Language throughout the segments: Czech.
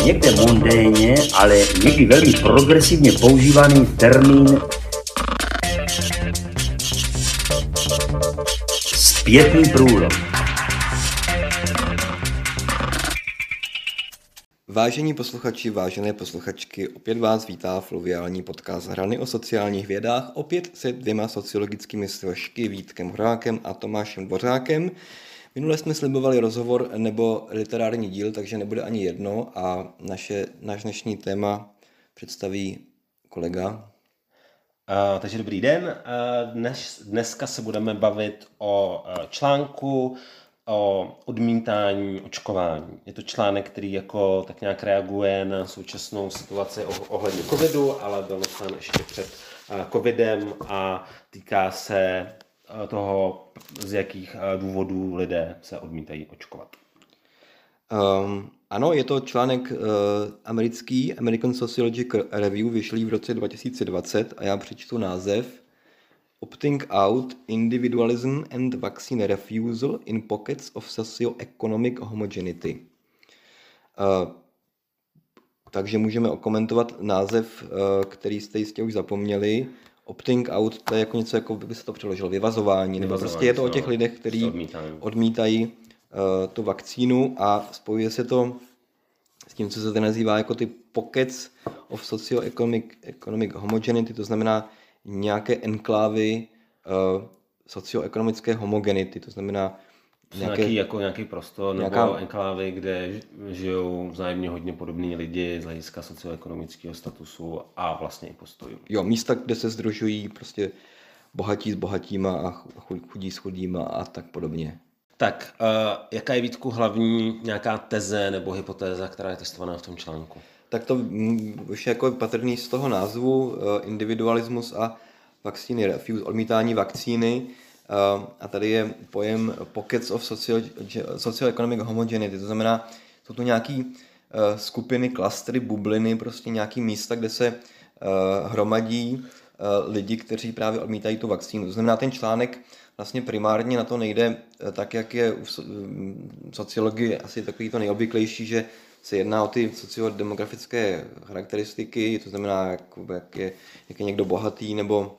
někde mundénně, ale někdy velmi progresivně používaný termín zpětný průlom. Vážení posluchači, vážené posluchačky, opět vás vítá fluviální podcast Hrany o sociálních vědách, opět se 2 sociologickými složky, Vítkem Horákem a Tomášem Dvořákem. Minule jsme slibovali rozhovor nebo literární díl, takže nebude ani jedno a náš dnešní téma představí kolega. Takže dobrý den. Dneska se budeme bavit o článku o odmítání očkování. Je to článek, který jako tak nějak reaguje na současnou situaci ohledně covidu, ale byl napsán ještě před covidem a týká se toho, z jakých důvodů lidé se odmítají očkovat. Ano, je to článek americký, American Sociological Review, vyšlý v roce 2020 a já přečtu název Opting Out, Individualism and Vaccine Refusal in Pockets of Socioeconomic Homogeneity. Takže můžeme okomentovat název, který jste jistě už zapomněli. Opting out, to je jako něco, jako by se to přeložilo, vyvazování, nebo prostě je to o těch lidech, kteří odmítají tu vakcínu a spojuje se to s tím, co se to nazývá jako ty pockets of socioeconomic homogeneity, to znamená nějaké enklávy socioekonomické homogenity, to znamená nějaký prostor nebo enklávy, kde žijou vzájemně hodně podobní lidi z hlediska socioekonomického statusu a vlastně i postojů. Jo, místa, kde se sdružují prostě bohatí s bohatíma a chudí s chudýma a tak podobně. Tak, jaká je, Vítku, hlavní nějaká teze nebo hypotéza, která je testovaná v tom článku? Tak to už je jako patrný z toho názvu, individualismus a vaccine refuse, odmítání vakcíny. A tady je pojem pockets of socioeconomic homogeneity, to znamená, jsou to nějaký skupiny, klastry, bubliny, prostě nějaký místa, kde se hromadí lidi, kteří právě odmítají tu vakcínu. To znamená, ten článek vlastně primárně na to nejde tak, jak je v sociologii asi takový to nejobvyklejší, že se jedná o ty sociodemografické charakteristiky, to znamená, jak je někdo bohatý nebo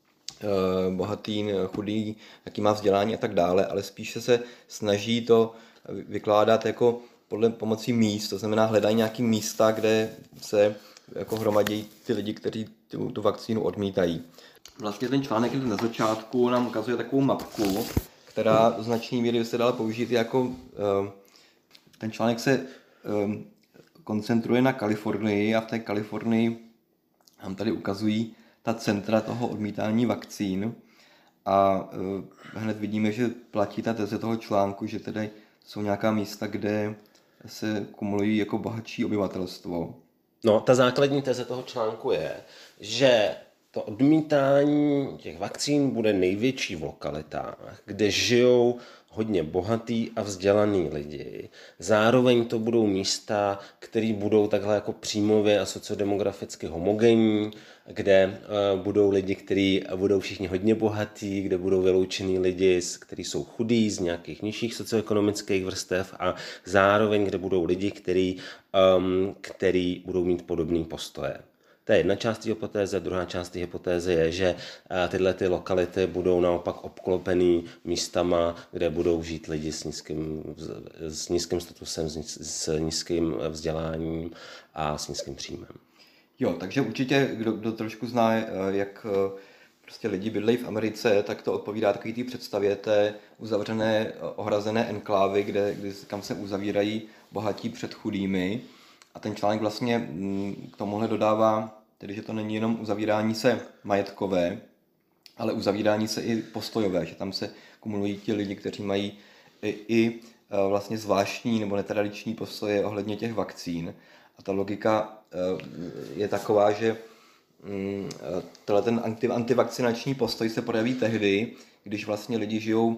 chudý, jaký má vzdělání a tak dále, ale spíše se snaží to vykládat jako pomocí míst, to znamená hledají nějaký místa, kde se jako hromadí ty lidi, kteří tu vakcínu odmítají. Vlastně ten článek na začátku nám ukazuje takovou mapku, která do značné míry se dala použít jako ten článek se koncentruje na Kalifornii a v té Kalifornii nám tady ukazují ta centra toho odmítání vakcín a hned vidíme, že platí ta teze toho článku, že tady jsou nějaká místa, kde se kumulují jako bohatší obyvatelstvo. No, ta základní teze toho článku je, že to odmítání těch vakcín bude největší v lokalitách, kde žijou hodně bohatý a vzdělaný lidi. Zároveň to budou místa, které budou takhle jako příjmově a sociodemograficky homogenní, kde budou lidi, kteří budou všichni hodně bohatí, kde budou vyloučený lidi, kteří jsou chudí z nějakých nižších socioekonomických vrstev a zároveň, kde budou lidi, kteří budou mít podobné postoje. To je jedna část té hypotézy, druhá část té hypotézy je, že tyhle ty lokality budou naopak obklopený místama, kde budou žít lidi s nízkým statusem, s nízkým vzděláním a s nízkým příjmem. Jo, takže určitě, kdo trošku zná, jak prostě lidi bydlejí v Americe, tak to odpovídá takový té představě té uzavřené, ohrazené enklávy, kam se uzavírají bohatí před chudými. A ten článek vlastně k tomuhle dodává, tedy že to není jenom uzavírání se majetkové, ale uzavírání se i postojové, že tam se kumulují ti lidi, kteří mají i vlastně zvláštní nebo netradiční postoje ohledně těch vakcín. A ta logika je taková, že ten antivakcinační postoj se projeví tehdy, když vlastně lidi žijou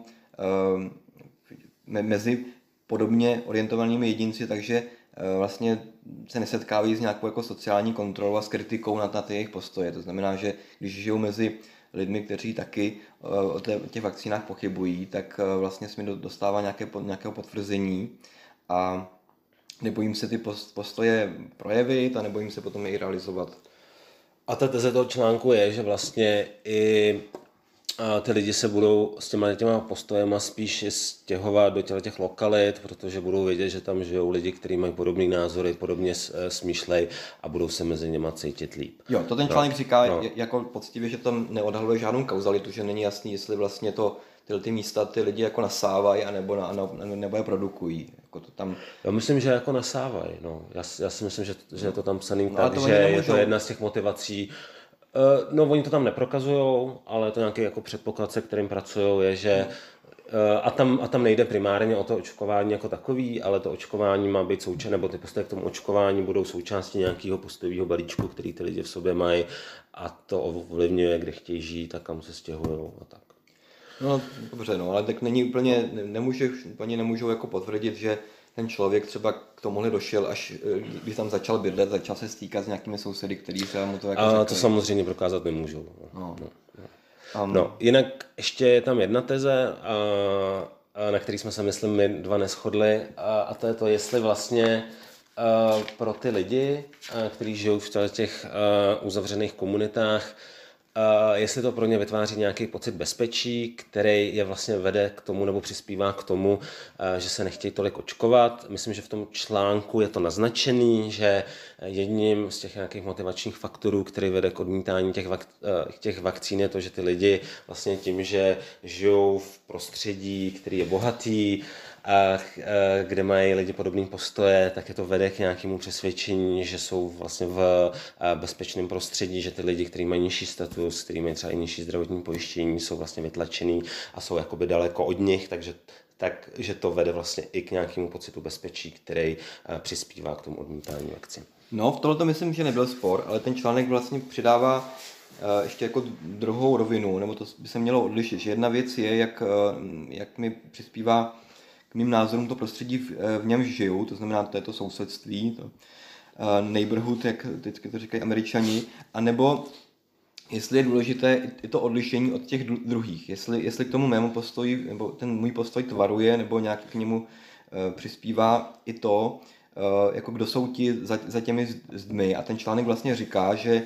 mezi podobně orientovanými jedinci, takže vlastně se nesetkávají s nějakou jako sociální kontrolou a s kritikou na ty jejich postoje. To znamená, že když žijou mezi lidmi, kteří taky o těch vakcínách pochybují, tak vlastně se mi dostává nějakého potvrzení a nebojím se ty postoje projevit a nebojím se potom i realizovat. A ta teze toho článku je, že vlastně i ty lidi se budou s těma postojema spíš stěhovat do těch lokalit, protože budou vědět, že tam žijou lidi, kteří mají podobné názory, podobně smýšlej a budou se mezi něma cítit líp. Jo, to ten článek říká jako poctivě, že tam neodhaluje žádnou kauzalitu, že není jasný, jestli vlastně ty místa ty lidi jako nasávají nebo je produkují. Jako to tam... Já myslím, že jako nasávají. No. Já si myslím, že je to tam psaný tak, že je to jedna z těch motivací. No, oni to tam neprokazujou, ale to nějaký jako předpoklad, se kterým pracují, je, že a tam nejde primárně o to očkování jako takový, ale to očkování má být součástí, nebo ty postoje k tomu očkování budou součástí nějakého postojového balíčku, který ty lidi v sobě mají a to ovlivňuje, kde chtějí žít a kam se stěhují a tak. No dobře, no, ale tak není úplně, nemůžou jako potvrdit, že ten člověk třeba k tomuhle došel, až když tam začal bydlet, začal se stýkat s nějakými sousedy, kteří se mu to jako řekli. To samozřejmě prokázat nemůžou. No, jinak ještě je tam jedna teze, na který jsme se, myslím, my dva neshodli, a to je to, jestli vlastně pro ty lidi, kteří žijou v těch uzavřených komunitách, jestli to pro ně vytváří nějaký pocit bezpečí, který je vlastně vede k tomu nebo přispívá k tomu, že se nechtějí tolik očkovat. Myslím, že v tom článku je to naznačený, že jedním z těch nějakých motivačních faktorů, který vede k odmítání těch vakcín, je to, že ty lidi vlastně tím, že žijou v prostředí, který je bohatý, kde mají lidi podobné postoje, tak je to vede k nějakému přesvědčení, že jsou vlastně v bezpečném prostředí, že ty lidi, kteří mají nižší status, kteří mají třeba i nižší zdravotní pojištění, jsou vlastně vytlačený a jsou jakoby daleko od nich, takže to vede vlastně i k nějakému pocitu bezpečí, který přispívá k tomu odmítání vakcín. No, v tohle myslím, že nebyl spor, ale ten článek vlastně přidává ještě jako druhou rovinu, nebo to by se mělo odlišit, že jedna věc je, jak mi přispívá k mým názorům to prostředí, v němž žiju, to znamená, to je to sousedství, to neighborhood, jak vždycky to říkají Američani, anebo jestli je důležité i to odlišení od těch druhých, jestli k tomu mému postoji, nebo ten můj postoj tvaruje, nebo nějak k němu přispívá i to, jako kdo jsou ti za těmi zdmi. A ten článek vlastně říká, že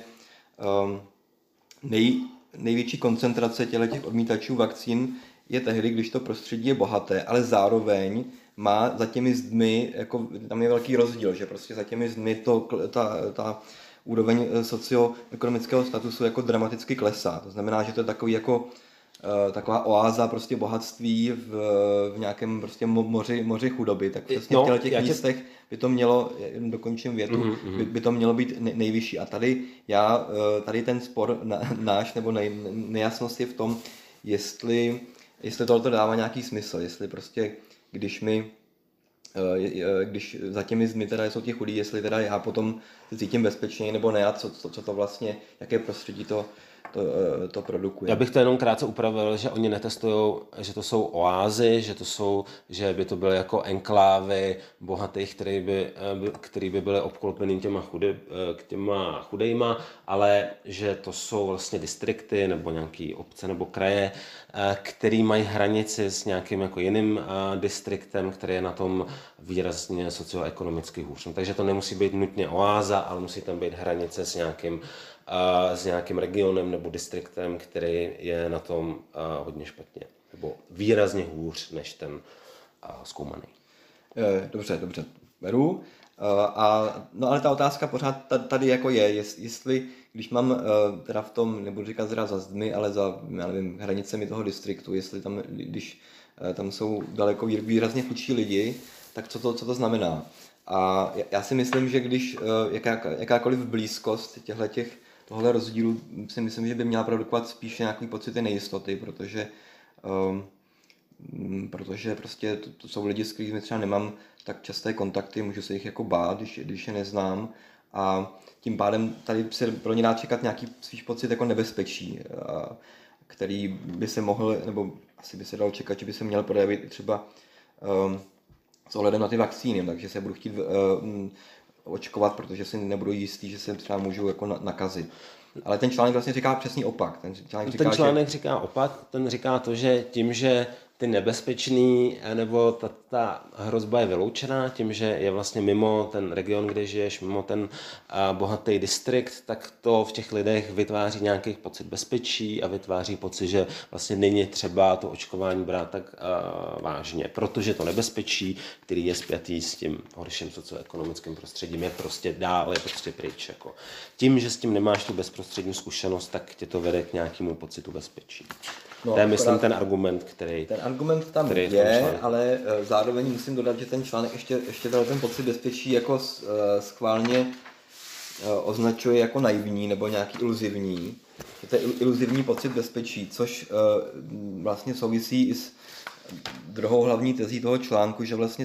největší koncentrace těch odmítačů vakcín je tehdy, když to prostředí je bohaté, ale zároveň má za těmi zdmi, jako tam je velký rozdíl, že prostě za těmi zdmi ta úroveň socioekonomického statusu jako dramaticky klesá. To znamená, že to je takový jako taková oáza prostě bohatství v nějakém prostě moři chudoby, tak přesně v těch místech by to mělo, dokončím větu, by to mělo být nejvyšší. A tady ten spor náš, nebo nejasnost je v tom, jestli tohle dává nějaký smysl, jestli prostě, když za těmi zdmi teda jsou ti chudí, jestli teda já potom se cítím bezpečněji nebo ne a co to vlastně, jaké prostředí to produkuje. Já bych to jenom krátce upravil, že oni netestujou, že to jsou oázy, že by to byly jako enklávy bohatých, který by byly obklopený těma chudejma, ale že to jsou vlastně distrikty nebo nějaký obce nebo kraje, který mají hranici s nějakým jako jiným distriktem, který je na tom výrazně socioekonomicky hůř. Takže to nemusí být nutně oáza, ale musí tam být hranice s nějakým regionem nebo distriktem, který je na tom hodně špatně, nebo výrazně hůř než ten zkoumaný. Dobře, beru. No ale ta otázka pořád tady jako je, jestli, když mám teda v tom, nebudu říkat teda za zdmi, ale za, já nevím, hranicemi toho distriktu, jestli tam, když tam jsou daleko výrazně chudší lidi, tak co to znamená? A já si myslím, že když jakákoliv blízkost tohle rozdílu si myslím, že by měla produkovat spíše nějaký pocity nejistoty, protože prostě to jsou lidi, s kterými třeba nemám tak časté kontakty, můžu se jich jako bát, když je neznám a tím pádem tady se pro ně dá čekat nějaký spíš pocit jako nebezpečí, který by se mohl, nebo asi by se dalo čekat, že by se měl projevit třeba s ohledem na ty vakcíny, takže se budu chtít očkovat, protože si nebudu jistý, že se třeba můžu jako nakazit. Ale ten článek vlastně říká přesný opak. Ten článek říká opak, ten říká to, že tím, že ty nebezpečný, nebo ta hrozba je vyloučená tím, že je vlastně mimo ten region, kde žiješ, mimo ten bohatý distrikt, tak to v těch lidech vytváří nějaký pocit bezpečí a vytváří pocit, že vlastně není třeba to očkování brát tak vážně, protože to nebezpečí, který je spjatý s tím horším socioekonomickým prostředím, je prostě dál, je prostě pryč. Jako. Tím, že s tím nemáš tu bezprostřední zkušenost, tak tě to vede k nějakému pocitu bezpečí. No, to je, myslím, ten argument, který... Ten argument tam který je, ale zároveň musím dodat, že ten článek ještě ten pocit bezpečí jako schválně označuje jako naivní nebo nějaký iluzivní. Že to je iluzivní pocit bezpečí, což vlastně souvisí i s druhou hlavní tezí toho článku, že vlastně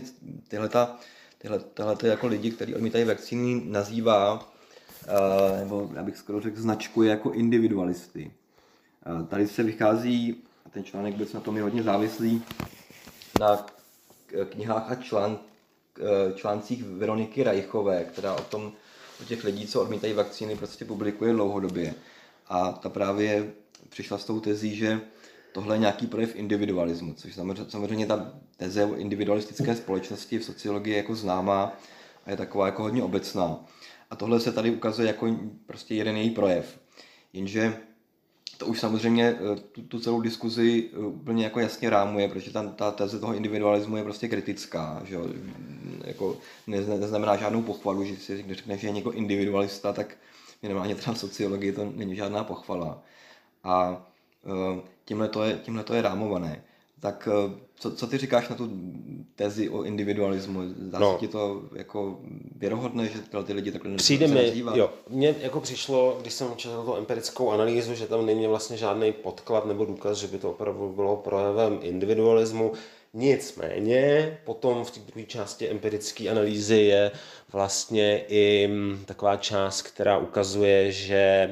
tyhle jako lidi, kteří odmítají vakcíny, nazývá, nebo já bych skoro řekl, značkuje jako individualisty. Tady se vychází, a ten článek byl na tom je hodně závislý, na knihách a článcích Veroniky Rajchové, která o těch lidí, co odmítají vakcíny, prostě publikuje dlouhodobě. A ta právě přišla s tou tezí, že tohle je nějaký projev individualismu, což samozřejmě ta teze o individualistické společnosti v sociologii je jako známá a je taková jako hodně obecná. A tohle se tady ukazuje jako prostě jeden její projev. Jenže to už samozřejmě tu celou diskuzi úplně jako jasně rámuje, protože ta teze toho individualismu je prostě kritická. Že jo? Jako neznamená žádnou pochvalu, že si řekne, že je někdo individualista, tak minimálně třeba v sociologii to není žádná pochvala. A tímhle to je rámované. Tak co ty říkáš na tu tezi o individualismu? Zdá se ti to jako věrohodné, že ty lidi takhle nazývat? Jo. Mně jako přišlo, když jsem četl tu empirickou analýzu, že tam není vlastně žádný podklad nebo důkaz, že by to opravdu bylo projevem individualismu. Nicméně potom v té druhé části empirické analýzy je vlastně i taková část, která ukazuje, že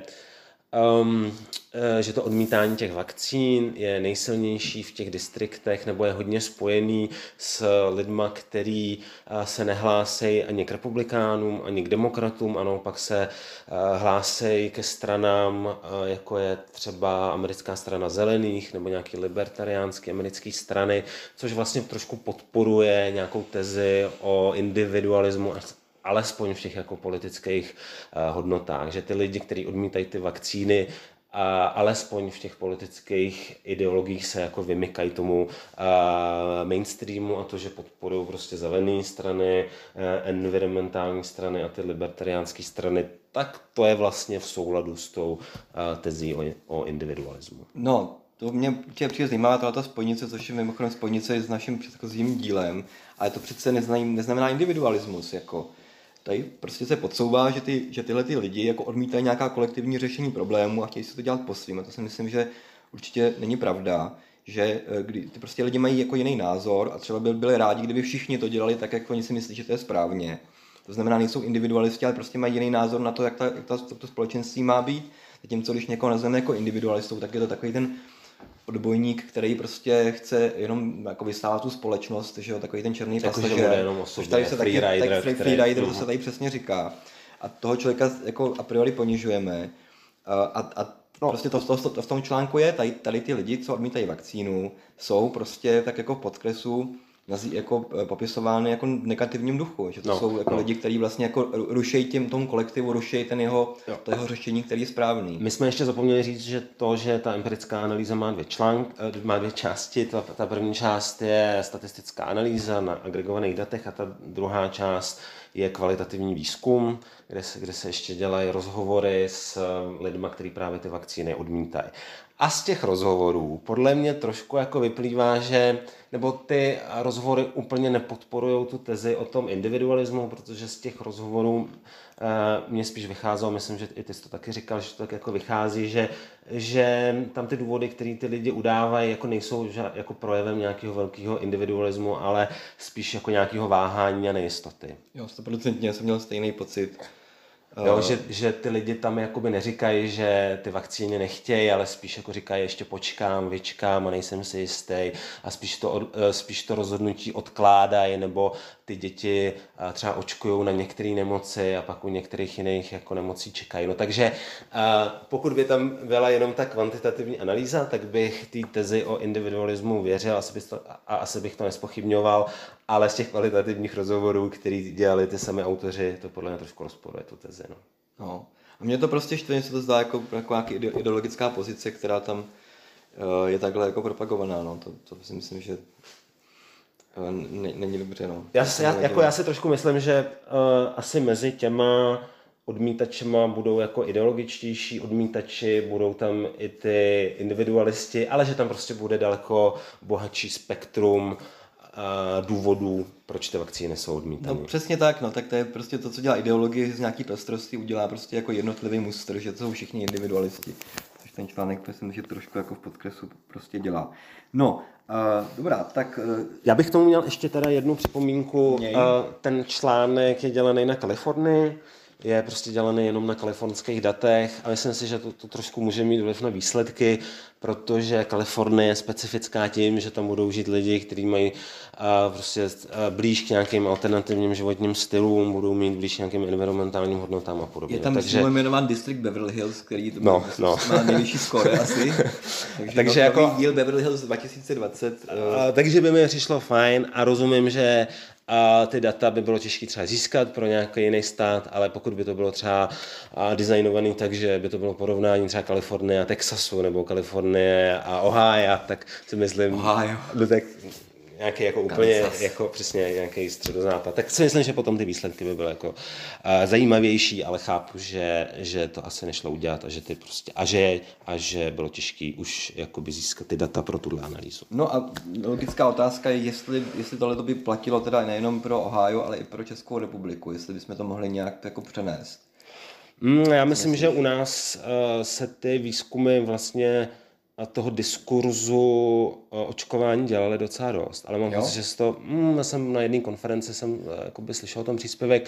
to odmítání těch vakcín je nejsilnější v těch distriktech nebo je hodně spojený s lidma, který se nehlásejí ani k republikánům, ani k demokratům, a naopak se hlásejí ke stranám, jako je třeba americká strana zelených nebo nějaký libertariánský americký strany, což vlastně trošku podporuje nějakou tezi o individualismu alespoň v těch jako politických hodnotách, že ty lidi, kteří odmítají ty vakcíny, alespoň v těch politických ideologiích se jako vymykají tomu mainstreamu a to, že podporují prostě zelené strany, environmentální strany a ty libertariánské strany, tak to je vlastně v souladu s tou tezí o individualismu. No, to mě přijde zajímavá tato spojnice, což je mimochodem spojnice s naším předchozím dílem, ale to přece neznamená individualismus, jako. Tady prostě se podsouvá, že tyhle ty lidi jako odmítají nějaká kolektivní řešení problému a chtějí si to dělat po svým. A to si myslím, že určitě není pravda, že ty prostě lidi mají jako jiný názor a třeba byli rádi, kdyby všichni to dělali tak, jak oni si myslí, že to je správně. To znamená, nejsou individualisti, ale prostě mají jiný názor na to, jak to společenství má být. Zatímco když někoho nazveme jako individualistou, tak je to takový ten odbojník, který prostě chce jenom jako vystávat tu společnost, že jo, takový ten černý pasažér. Tady se freerider, to se tady přesně říká. A toho člověka jako a priori ponižujeme. Prostě to v tom článku je, tady ty lidi, co odmítají vakcínu, jsou prostě tak jako v podkresu jako popisovány jako v negativním duchu, že to jsou jako lidi, kteří vlastně jako rušejí tomu kolektivu, rušejí to jeho řešení, který je správný. My jsme ještě zapomněli říct, že ta empirická analýza má dvě části. Ta první část je statistická analýza na agregovaných datech a ta druhá část je kvalitativní výzkum, kde se ještě dělají rozhovory s lidmi, kteří právě ty vakcíny odmítají. A z těch rozhovorů podle mě trošku jako vyplývá, že nebo ty rozhovory úplně nepodporují tu tezi o tom individualismu, protože z těch rozhovorů mě spíš vycházelo, myslím, že i ty jsi to taky říkal, že to tak jako vychází, že tam ty důvody, které ty lidi udávají, jako nejsou jako projevem nějakého velkého individualismu, ale spíš jako nějakého váhání a nejistoty. Jo, 100% jsem měl stejný pocit. Jo, že ty lidi tam jakoby neříkají, že ty vakcíny nechtějí, ale spíš jako říkají, ještě počkám, vyčkám a nejsem si jistý a spíš to rozhodnutí odkládají, nebo ty děti třeba očkují na některé nemoci a pak u některých jiných jako nemocí čekají. No takže pokud by tam byla jenom ta kvantitativní analýza, tak bych té tezi o individualismu věřil, asi bych to nespochybňoval, ale z těch kvalitativních rozhovorů, který dělali ty samé autoři, to podle mě trošku rozporuje tu tezi. No. A mně to prostě štve, se to zdá jako nějaká ideologická pozice, která tam je takhle jako propagovaná. No. To si myslím, že není dobře. No. Já si trošku myslím, že asi mezi těma odmítačema budou jako ideologičtější odmítači, budou tam i ty individualisti, ale že tam prostě bude daleko bohatší spektrum důvodů, proč ty vakcíny jsou odmítané. No přesně tak, no, tak to je prostě to, co dělá ideologii z nějaký pestrosti, udělá prostě jako jednotlivý mustr, že to jsou všichni individualisti. Což ten článek, myslím, že trošku jako v podkresu prostě dělá. No, dobrá, tak... Já bych tomu měl ještě teda jednu připomínku. Ten článek je dělaný na Kalifornii, je prostě dělaný jenom na kalifornských datech a myslím si, že to trošku může mít vliv na výsledky, protože Kalifornie je specifická tím, že tam budou žít lidi, kteří mají prostě blíž k nějakým alternativním životním stylům, budou mít blíž k nějakým environmentálním hodnotám a podobně. Je tam jmenovaný distrikt Beverly Hills, který má nejvyšší skóre asi. Takže jako díl Beverly Hills 2020. Takže by mi přišlo fajn a rozumím, že a ty data by bylo těžké třeba získat pro nějaký jiný stát, ale pokud by to bylo třeba designovaný tak, že by to bylo porovnání třeba Kalifornie a Texasu nebo Kalifornie a Ohio, tak si myslím, tak nějaký jako úplně jako přesně nějaký středozápad. Tak si myslím, že potom ty výsledky by byly jako zajímavější, ale chápu, že to asi nešlo udělat a že ty prostě a že bylo těžké už jakoby získat ty data pro tuhle analýzu. No a logická otázka je, jestli tohle by platilo teda nejenom pro Ohio, ale i pro Českou republiku, jestli bychom to mohli nějak jako přenést. Já myslím, že u nás se ty výzkumy vlastně a toho diskurzu očkování dělali docela dost, ale mám pocit, že jsem na jedné konferenci slyšel o tom příspěvek,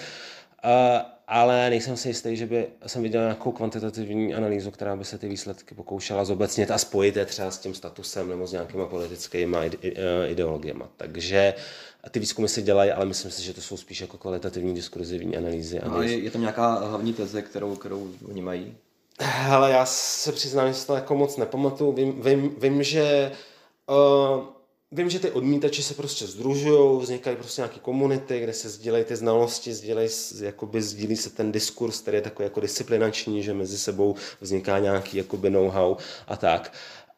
ale nejsem si jistý, že jsem viděl nějakou kvantitativní analýzu, která by se ty výsledky pokoušela zobecnit a spojit je třeba s tím statusem nebo s nějakýma politickými ideologiemi. Takže ty výzkumy se dělají, ale myslím si, že to jsou spíš jako kvalitativní diskurzivní analýzy. No, je tam nějaká hlavní teze, kterou oni mají? Hele, já se přiznám, že si to jako moc nepamatuju. Vím, že ty odmítači se prostě sdružují, vznikají prostě nějaké komunity, kde se sdílejí ty znalosti, sdílí se ten diskurs, který je takový jako disciplinační, že mezi sebou vzniká nějaký jakoby know-how a tak.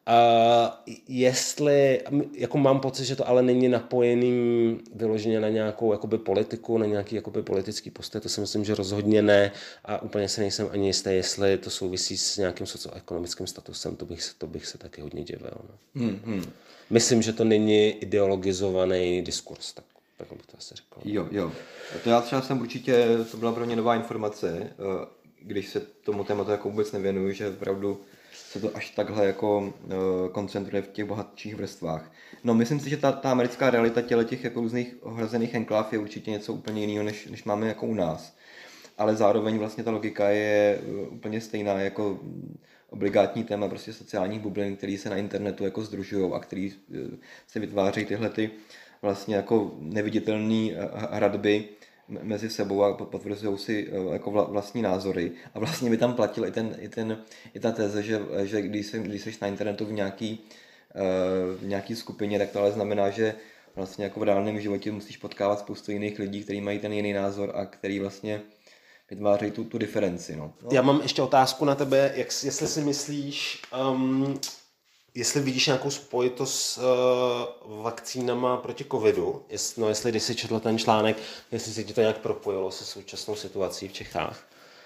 Jestli, jako mám pocit, že to ale není napojený vyloženě na nějakou jakoby politiku, na nějaký jakoby politický postoj, to si myslím, že rozhodně ne a úplně se nejsem ani jistý, jestli to souvisí s nějakým socioekonomickým statusem, to bych se taky hodně divil. No. Myslím, že to není ideologizovaný diskurs, tak bych to asi řekl. Jo. To já třeba jsem určitě, to byla pro mě nová informace, když se tomu tématu jako vůbec nevěnuju, že opravdu se to až takhle jako koncentruje v těch bohatších vrstvách. No, myslím si, že ta americká realita těch jako různých ohrozených enkláv je určitě něco úplně jiného, než máme jako u nás. Ale zároveň vlastně ta logika je úplně stejná jako obligátní téma prostě sociálních bublin, který se na internetu jako sdružují a který se vytvářejí tyhle ty vlastně jako neviditelné hradby mezi sebou a potvrzují si jako vlastní názory. A vlastně by tam platil i ta teze, že když jsi na internetu v nějaký skupině, tak to ale znamená, že vlastně jako v reálném životě musíš potkávat spoustu jiných lidí, kteří mají ten jiný názor a který vlastně vytvářejí tu diferenci. No. Já mám ještě otázku na tebe, jestli si myslíš, jestli vidíš nějakou spojitost s vakcínama proti covidu, jestli když jsi četl ten článek, jestli se ti to nějak propojilo se současnou situací v Čechách?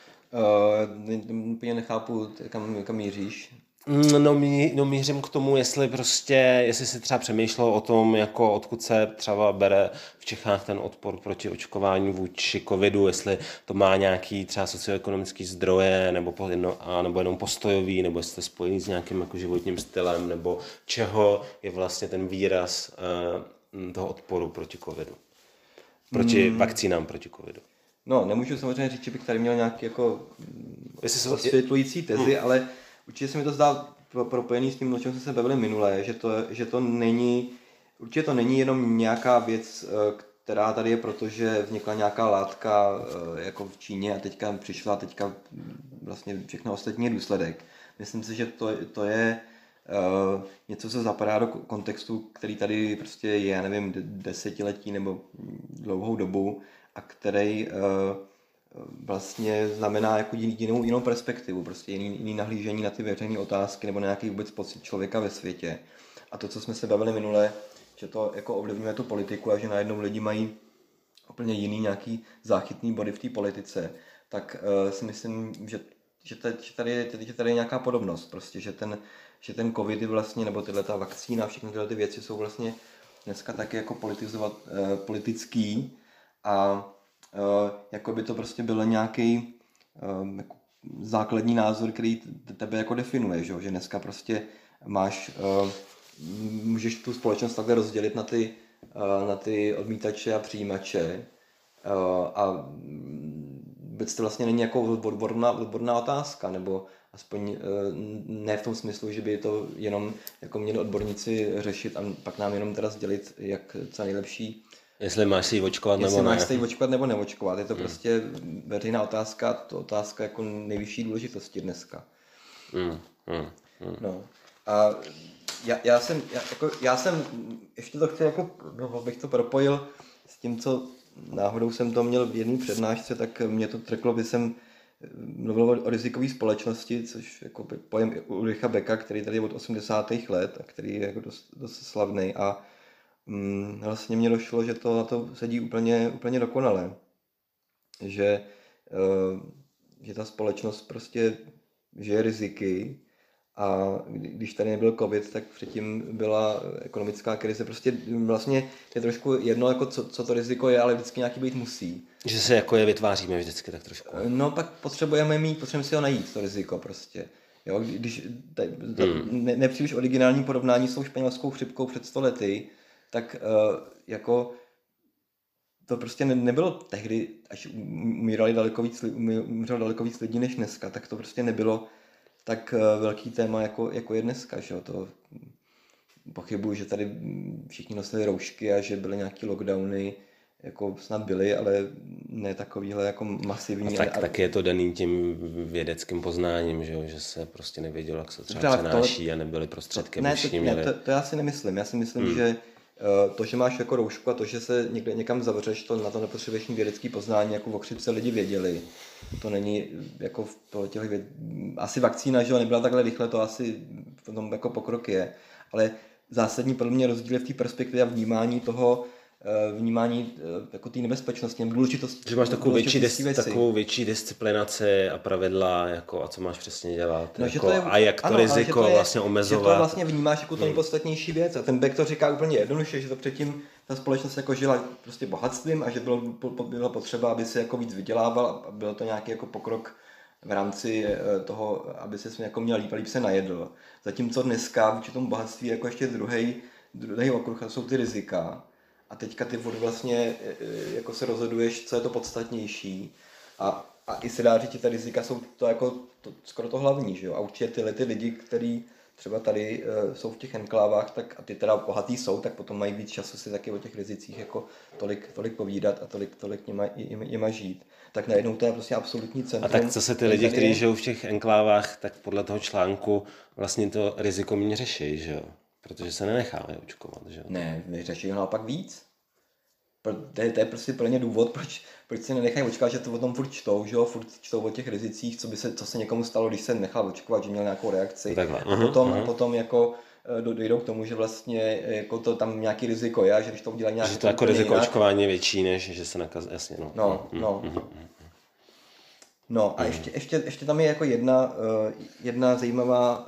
Úplně nechápu, kam míříš. No mířím k tomu, jestli si třeba přemýšlel o tom, jako odkud se třeba bere v Čechách ten odpor proti očkování vůči covidu, jestli to má nějaký třeba socioekonomický zdroje, nebo jenom postojový, nebo jestli to spojený s nějakým jako životním stylem, nebo čeho je vlastně ten výraz toho odporu proti covidu, proti vakcínám proti covidu. No, nemůžu samozřejmě říct, že bych tady měl nějaký jako osvětlující Hmm. tezi, ale určitě se mi to zdá propojený s tím, o čem jsme se bavili minule, že to není, určitě to není jenom nějaká věc, která tady je, protože vznikla nějaká látka jako v Číně a teďka přišla, vlastně všechno ostatní je důsledek. Myslím si, že to je něco, co zapadá do kontextu, který tady prostě je, já nevím, desetiletí nebo dlouhou dobu a který vlastně znamená jako jinou perspektivu, prostě jiný nahlížení na ty veřejné otázky nebo na nějaký vůbec pocit člověka ve světě. A to, co jsme se bavili minule, že to jako ovlivňuje tu politiku a že najednou lidi mají úplně jiný nějaký záchytný body v té politice, tak si myslím, že tady je nějaká podobnost, prostě, že ten covid je vlastně, nebo tyhle ta vakcína, všechny tyhle ty věci jsou vlastně dneska taky jako politický a jako by to prostě byl nějaký jako základní názor, který tebe jako definuje, že dneska prostě můžeš tu společnost takhle rozdělit na ty odmítače a přijímače a vůbec to vlastně není jako odborná otázka, nebo aspoň ne v tom smyslu, že by to jenom jako měli odborníci řešit a pak nám jenom teda sdělit, jak co nejlepší. Jestli máš si ji očkovat nebo ne. Jestli máš si ji očkovat nebo neočkovat. Je to prostě veřejná otázka, to otázka jako nejvyšší důležitosti dneska. No. A já jsem ještě to chtěl jako, bych to propojil s tím, co náhodou jsem to měl v jedné přednášce, tak mě to trklo, když jsem mluvil o rizikové společnosti, což jako pojem Ulricha Becka, který tady je od 80. let a který je jako dost slavný a vlastně mě došlo, že to na to sedí úplně dokonale. Že ta společnost prostě žije riziky a když tady nebyl covid, tak předtím byla ekonomická krize. Prostě vlastně je trošku jedno, jako co to riziko je, ale vždycky nějaký být musí. Že se jako je vytváříme vždycky tak trošku. No pak potřebujeme si ho najít, to riziko prostě. Jo, když nepříliš originální porovnání s tou španělskou chřipkou před 100 lety, tak jako to prostě nebylo tehdy, až umíralo daleko víc lidí než dneska, tak to prostě nebylo tak velký téma, jako je dneska. Že? To pochybuju, že tady všichni nosili roušky a že byly nějaký lockdowny, jako snad byly, ale ne takovýhle jako masivní. Tak je to daný tím vědeckým poznáním, že se prostě nevědělo, jak se třeba přenáší a nebyly prostředky, aby všichni měli. To já si nemyslím. Já si myslím, že to, že máš jako roušku a to, že se někam zavřeš, to na to nepotřebuješ vědecký poznání, jako o chřipce lidi věděli. To není jako asi vakcína, že nebyla takhle rychle, to asi v tom jako pokrok je. Ale zásadní pro mě rozdíl je v té perspektivě a vnímání jako té nebezpečnosti, důležitosti. Že máš takovou větší disciplinaci a pravidla, jako, a co máš přesně dělat. No, jako, a jak to riziko vlastně omezovat. Že to vlastně vnímáš jako to nejpodstatnější věc. A ten Beck to říká úplně jednoduše, že to předtím ta společnost jako žila prostě bohatstvím a že bylo potřeba, aby se jako víc vydělával a byl to nějaký jako pokrok v rámci toho, aby se jako měl líp se najedl. Zatímco dneska vůči tomu bohatství jako ještě druhý okruh, jsou ty rizika. A teďka ty vlastně jako se rozhoduješ, co je to podstatnější. A i se dá říct, že ta rizika jsou to jako skoro to hlavní, že jo? A určitě tyhle ty lidi, kteří třeba tady jsou v těch enklávách, tak a ty teda bohatý jsou, tak potom mají víc času si taky o těch rizicích jako tolik povídat a tolik jima žít. Tak najednou to je prostě absolutní centrum. A tak co se ty lidi, kteří žijou v těch enklávách, tak podle toho článku vlastně to riziko méně řeší, že jo? Protože se nenecháme očkovat, že jo? Ne, řeší ho naopak víc. To je prostě pro ně důvod, proč se nenechají očkovat, že to o tom furt čtou, že jo? Furt čtou o těch rizicích, co se někomu stalo, když se nechal očkovat, že měl nějakou reakci. Potom jako dojdou k tomu, že vlastně jako to tam nějaký riziko je, že když to udělají nějak. Že to jako riziko očkování je větší, než že se nakazí, jasně, no. No a ještě tam je jako jedna zajímavá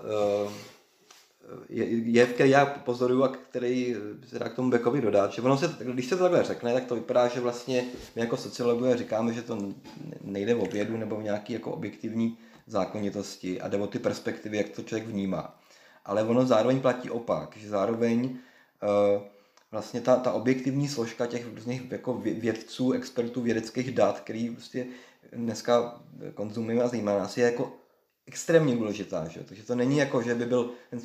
jev, který já pozoruju a který se dá k tomu Beckovi dodat, že když se to takhle řekne, tak to vypadá, že vlastně my jako sociologové říkáme, že to nejde o vědu nebo v nějaký jako objektivní zákonitosti a jde o ty perspektivy, jak to člověk vnímá. Ale ono zároveň platí opak, že zároveň vlastně ta objektivní složka těch různých jako vědců, expertů vědeckých dat, který prostě dneska konzumujeme a zajímá nás, je jako extrémně důležitá. Že? Takže to není jako, že by byl ten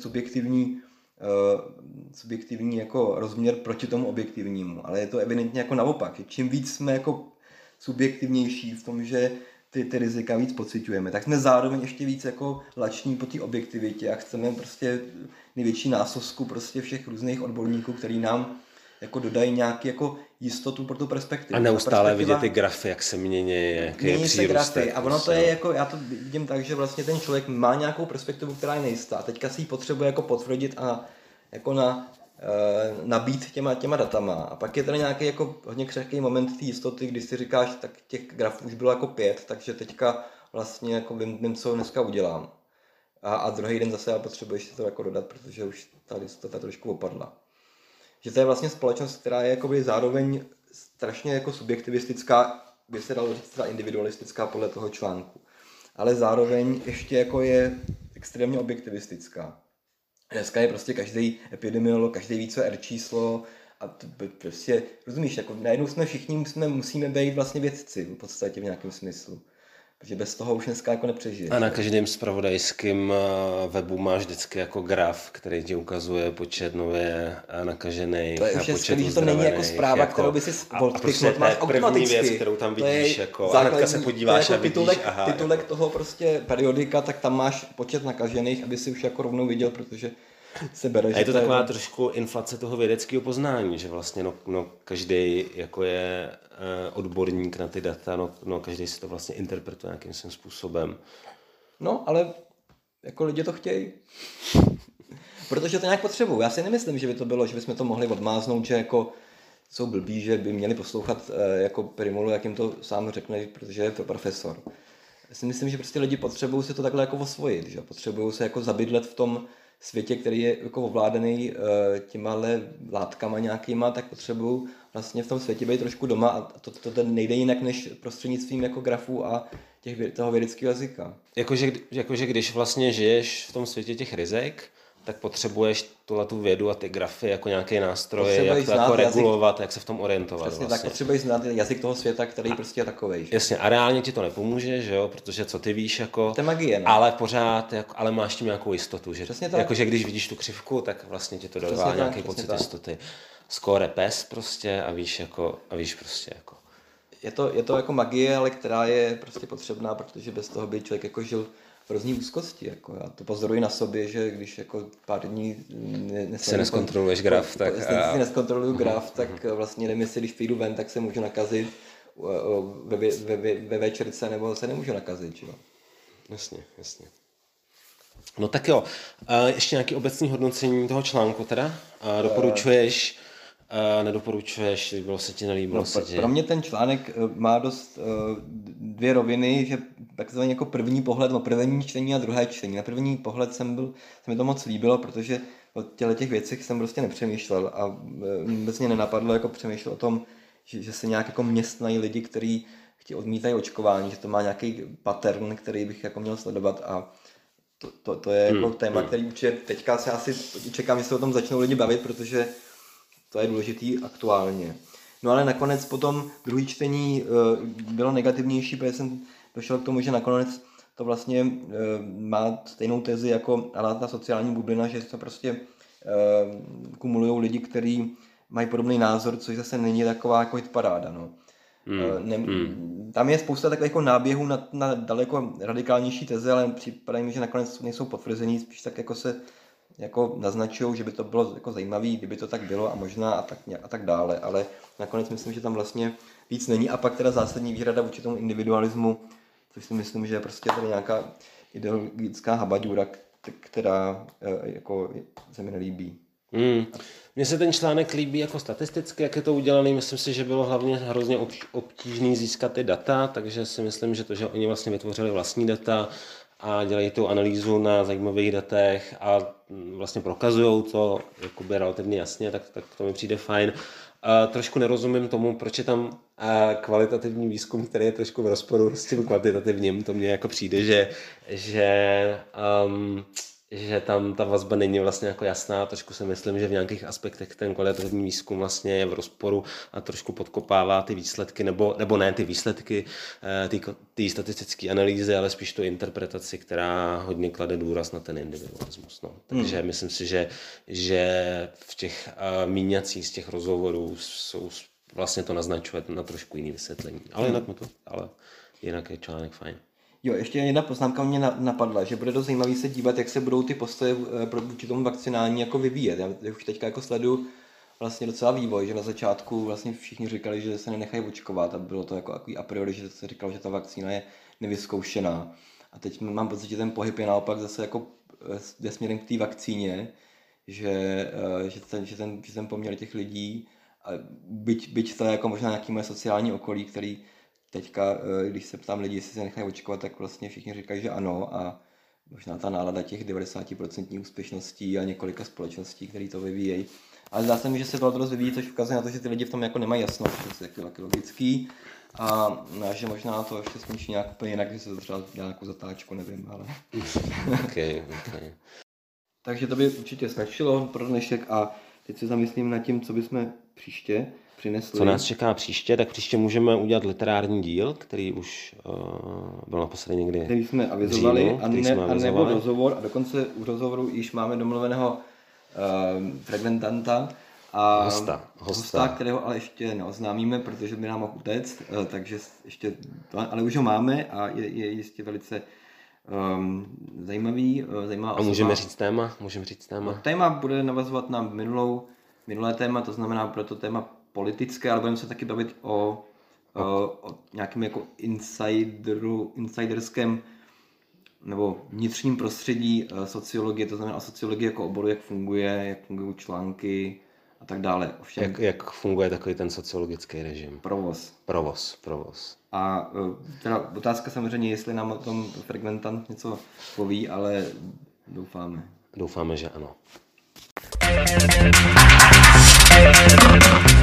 subjektivní jako rozměr proti tomu objektivnímu, ale je to evidentně jako naopak. Čím víc jsme jako subjektivnější v tom, že ty rizika víc pociťujeme, tak jsme zároveň ještě víc jako lační po té objektivitě a chceme prostě největší násosku prostě všech různých odborníků, který nám jako dodají nějaký jako jistotu pro tu perspektivu. A neustále vidět ty grafy, jak se mění, jaký je přírůstek. A ono to je jako, já to vidím tak, že vlastně ten člověk má nějakou perspektivu, která je nejistá. A teďka si ji potřebuje jako potvrdit a jako nabít těma datama. A pak je tady nějaký jako hodně křehký moment té jistoty, kdy si říkáš, tak těch grafů už bylo jako 5, takže teďka vlastně jako vím, co dneska udělám. A druhý den zase potřebuješ si to jako dodat, protože už ta jistota trošku opadla. Že to je vlastně společnost, která je jakoby zároveň strašně jako subjektivistická, by se dalo říct teda individualistická podle toho článku. Ale zároveň ještě jako je extrémně objektivistická. Dneska je prostě každý epidemiolog, každý ví, co je R číslo a to prostě, rozumíš, jako najednou musíme být vlastně vědci v podstatě v nějakém smyslu. Protože bez toho už dneska jako nepřežiješ. A na každém zpravodajském webu máš vždycky jako graf, který ti ukazuje počet nově nakažených. To je už skvělý, že to není jako zpráva, jako, kterou by si prostě máš první věc, kterou tam vidíš, jako, a hnedka se podíváš jako a vidíš, titulek toho prostě periodika, tak tam máš počet nakažených, aby si už jako rovnou viděl, protože se bere. A je to taková trošku inflace toho vědeckého poznání, že vlastně každý jako je odborník na ty data, každý si to vlastně interpretuje nějakým svým způsobem. No, ale jako lidi to chtějí. Protože to nějak potřebují. Já si nemyslím, že by to bylo, že bychom to mohli odmáznout, že jako jsou blbí, že by měli poslouchat jako Primulu, jak jim to sám řekne, protože je to profesor. Já si myslím, že prostě lidi potřebují si to takhle jako osvojit, že potřebují se jako zabydlet v tom světě, který je jako ovládaný těmahle látkama nějakýma, tak potřebují vlastně v tom světě být trošku doma a to nejde jinak než prostřednictvím jako grafů a toho vědeckého jazyka. Jakože když vlastně žiješ v tom světě těch rizik, tak potřebuješ tu vědu a ty grafy jako nějaký nástroj, jak to jako regulovat, jak se v tom orientovat. Přesně vlastně. Tak, potřebuješ znát jazyk toho světa, který prostě je takovej. Jasně, a reálně ti to nepomůže, že jo, protože co ty víš, jako, to je magie, ale pořád, ale máš tím nějakou jistotu, že jakože když vidíš tu křivku, tak vlastně ti to dává nějaký pocit jistoty. Skóre pes prostě a víš prostě jako. Je to jako magie, ale která je prostě potřebná, protože bez toho by člověk jako žil v hrozný úzkosti. Jako já to pozoruji na sobě, že když jako pár dní se neskontroluješ graf, tak neskontroluju graf, tak vlastně nevím, jestli když vyjdu ven, tak se můžu nakazit ve večerce, nebo se nemůžu nakazit. Jo? Jasně. No tak jo, ještě nějaké obecné hodnocení toho článku teda. Doporučuješ, nedoporučuješ, líbilo se ti, nelíbilo se ti? Pro mě ten článek má dost dvě roviny, že takzvaně jako první pohled, první čtení a druhé čtení. Na první pohled se mi to moc líbilo, protože o těch věcech jsem prostě nepřemýšlel a vůbec mě nenapadlo jako přemýšlet o tom, že se nějak jako městnají lidi, kteří odmítají očkování, že to má nějaký pattern, který bych jako měl sledovat a to je jako téma, který určitě teďka se asi čekám, že se o tom začnou lidi bavit, protože to je důležitý aktuálně. No ale nakonec potom druhé čtení bylo negativnější, protože jsem došel k tomu, že nakonec to vlastně má stejnou tezi jako ta sociální bublina, že to prostě kumulují lidi, kteří mají podobný názor, což zase není taková jako hitparáda. No. Tam je spousta takových jako náběhů na daleko radikálnější teze, ale připadají mi, že nakonec nejsou potvrzený, spíš tak jako se jako naznačují, že by to bylo jako zajímavé, kdyby to tak bylo a možná a tak dále, ale nakonec myslím, že tam vlastně víc není a pak teda zásadní výhrada vůči tomu individualismu, což si myslím, že je prostě tady nějaká ideologická habaďura, která jako se mi nelíbí. Mně se ten článek líbí jako statisticky, jak je to udělaný. Myslím si, že bylo hlavně hrozně obtížné získat ty data, takže si myslím, že to, že oni vlastně vytvořili vlastní data a dělají tu analýzu na zajímavých datech a vlastně prokazují to jakoby relativně jasně, tak to mi přijde fajn. Trošku nerozumím tomu, proč je tam kvalitativní výzkum, který je trošku v rozporu s tím kvantitativním. To mně jako přijde, že že tam ta vazba není vlastně jako jasná. Trošku si myslím, že v nějakých aspektech ten kvalitativní výzkum vlastně je v rozporu a trošku podkopává ty výsledky, nebo ne ty výsledky, ty statistické analýzy, ale spíš tu interpretaci, která hodně klade důraz na ten individualismus. No. Takže myslím si, že v těch míňacích z těch rozhovorů jsou vlastně to naznačuje na trošku jiný vysvětlení. Ale jinak je článek fajn. Jo, ještě jedna poznámka mě napadla, že bude dost zajímavý se dívat, jak se budou ty postoje vůči tomu vakcinální jako vyvíjet. Já už teďka jako sleduju vlastně docela vývoj, že na začátku vlastně všichni říkali, že se nenechají očkovat a bylo to jako a priori, že se říkalo, že ta vakcína je nevyzkoušená. A teď mám pocit, že ten pohyb je naopak zase jako jde směrem k té vakcíně, že ten poměr těch lidí, byť to je jako možná nějaký moje sociální okolí, který teďka, když se ptám lidí, jestli se nechají očkovat, tak vlastně všichni říkají, že ano a možná ta nálada těch 90% úspěšností a několika společností, které to vyvíjejí. Ale zdá se mi, že se to dost vyvíjí, což ukazuje na to, že ty lidi v tom jako nemají jasno, což je taky logický. A že možná to ještě skončí nějak úplně jinak, že se to třeba dělá nějakou zatáčku, nevím, ale... Okay. Takže to by určitě stačilo pro dnešek a teď se zamyslím nad tím, co bychom příště přinesli. Co nás čeká příště, tak příště můžeme udělat literární díl, který už byl naposledy někdy. Který jsme avizovali, a nebo rozhovor, a dokonce u rozhovoru již máme domluveného frekventanta a hosta, kterého ale ještě neoznámíme, protože by nám mohl utéct, takže ještě, ale už ho máme a je jistě velice zajímavá A můžeme říct téma? No, téma bude navazovat na minulé téma, to znamená pro to téma politické, ale budeme se taky bavit o nějakém jako insiderském nebo vnitřním prostředí sociologie, to znamená o sociologii jako oboru, jak fungují články a tak dále. Ovšem, jak funguje takový ten sociologický režim? Provoz. A teda otázka samozřejmě, jestli nám o tom frekventant něco poví, ale doufáme. Doufáme, že ano.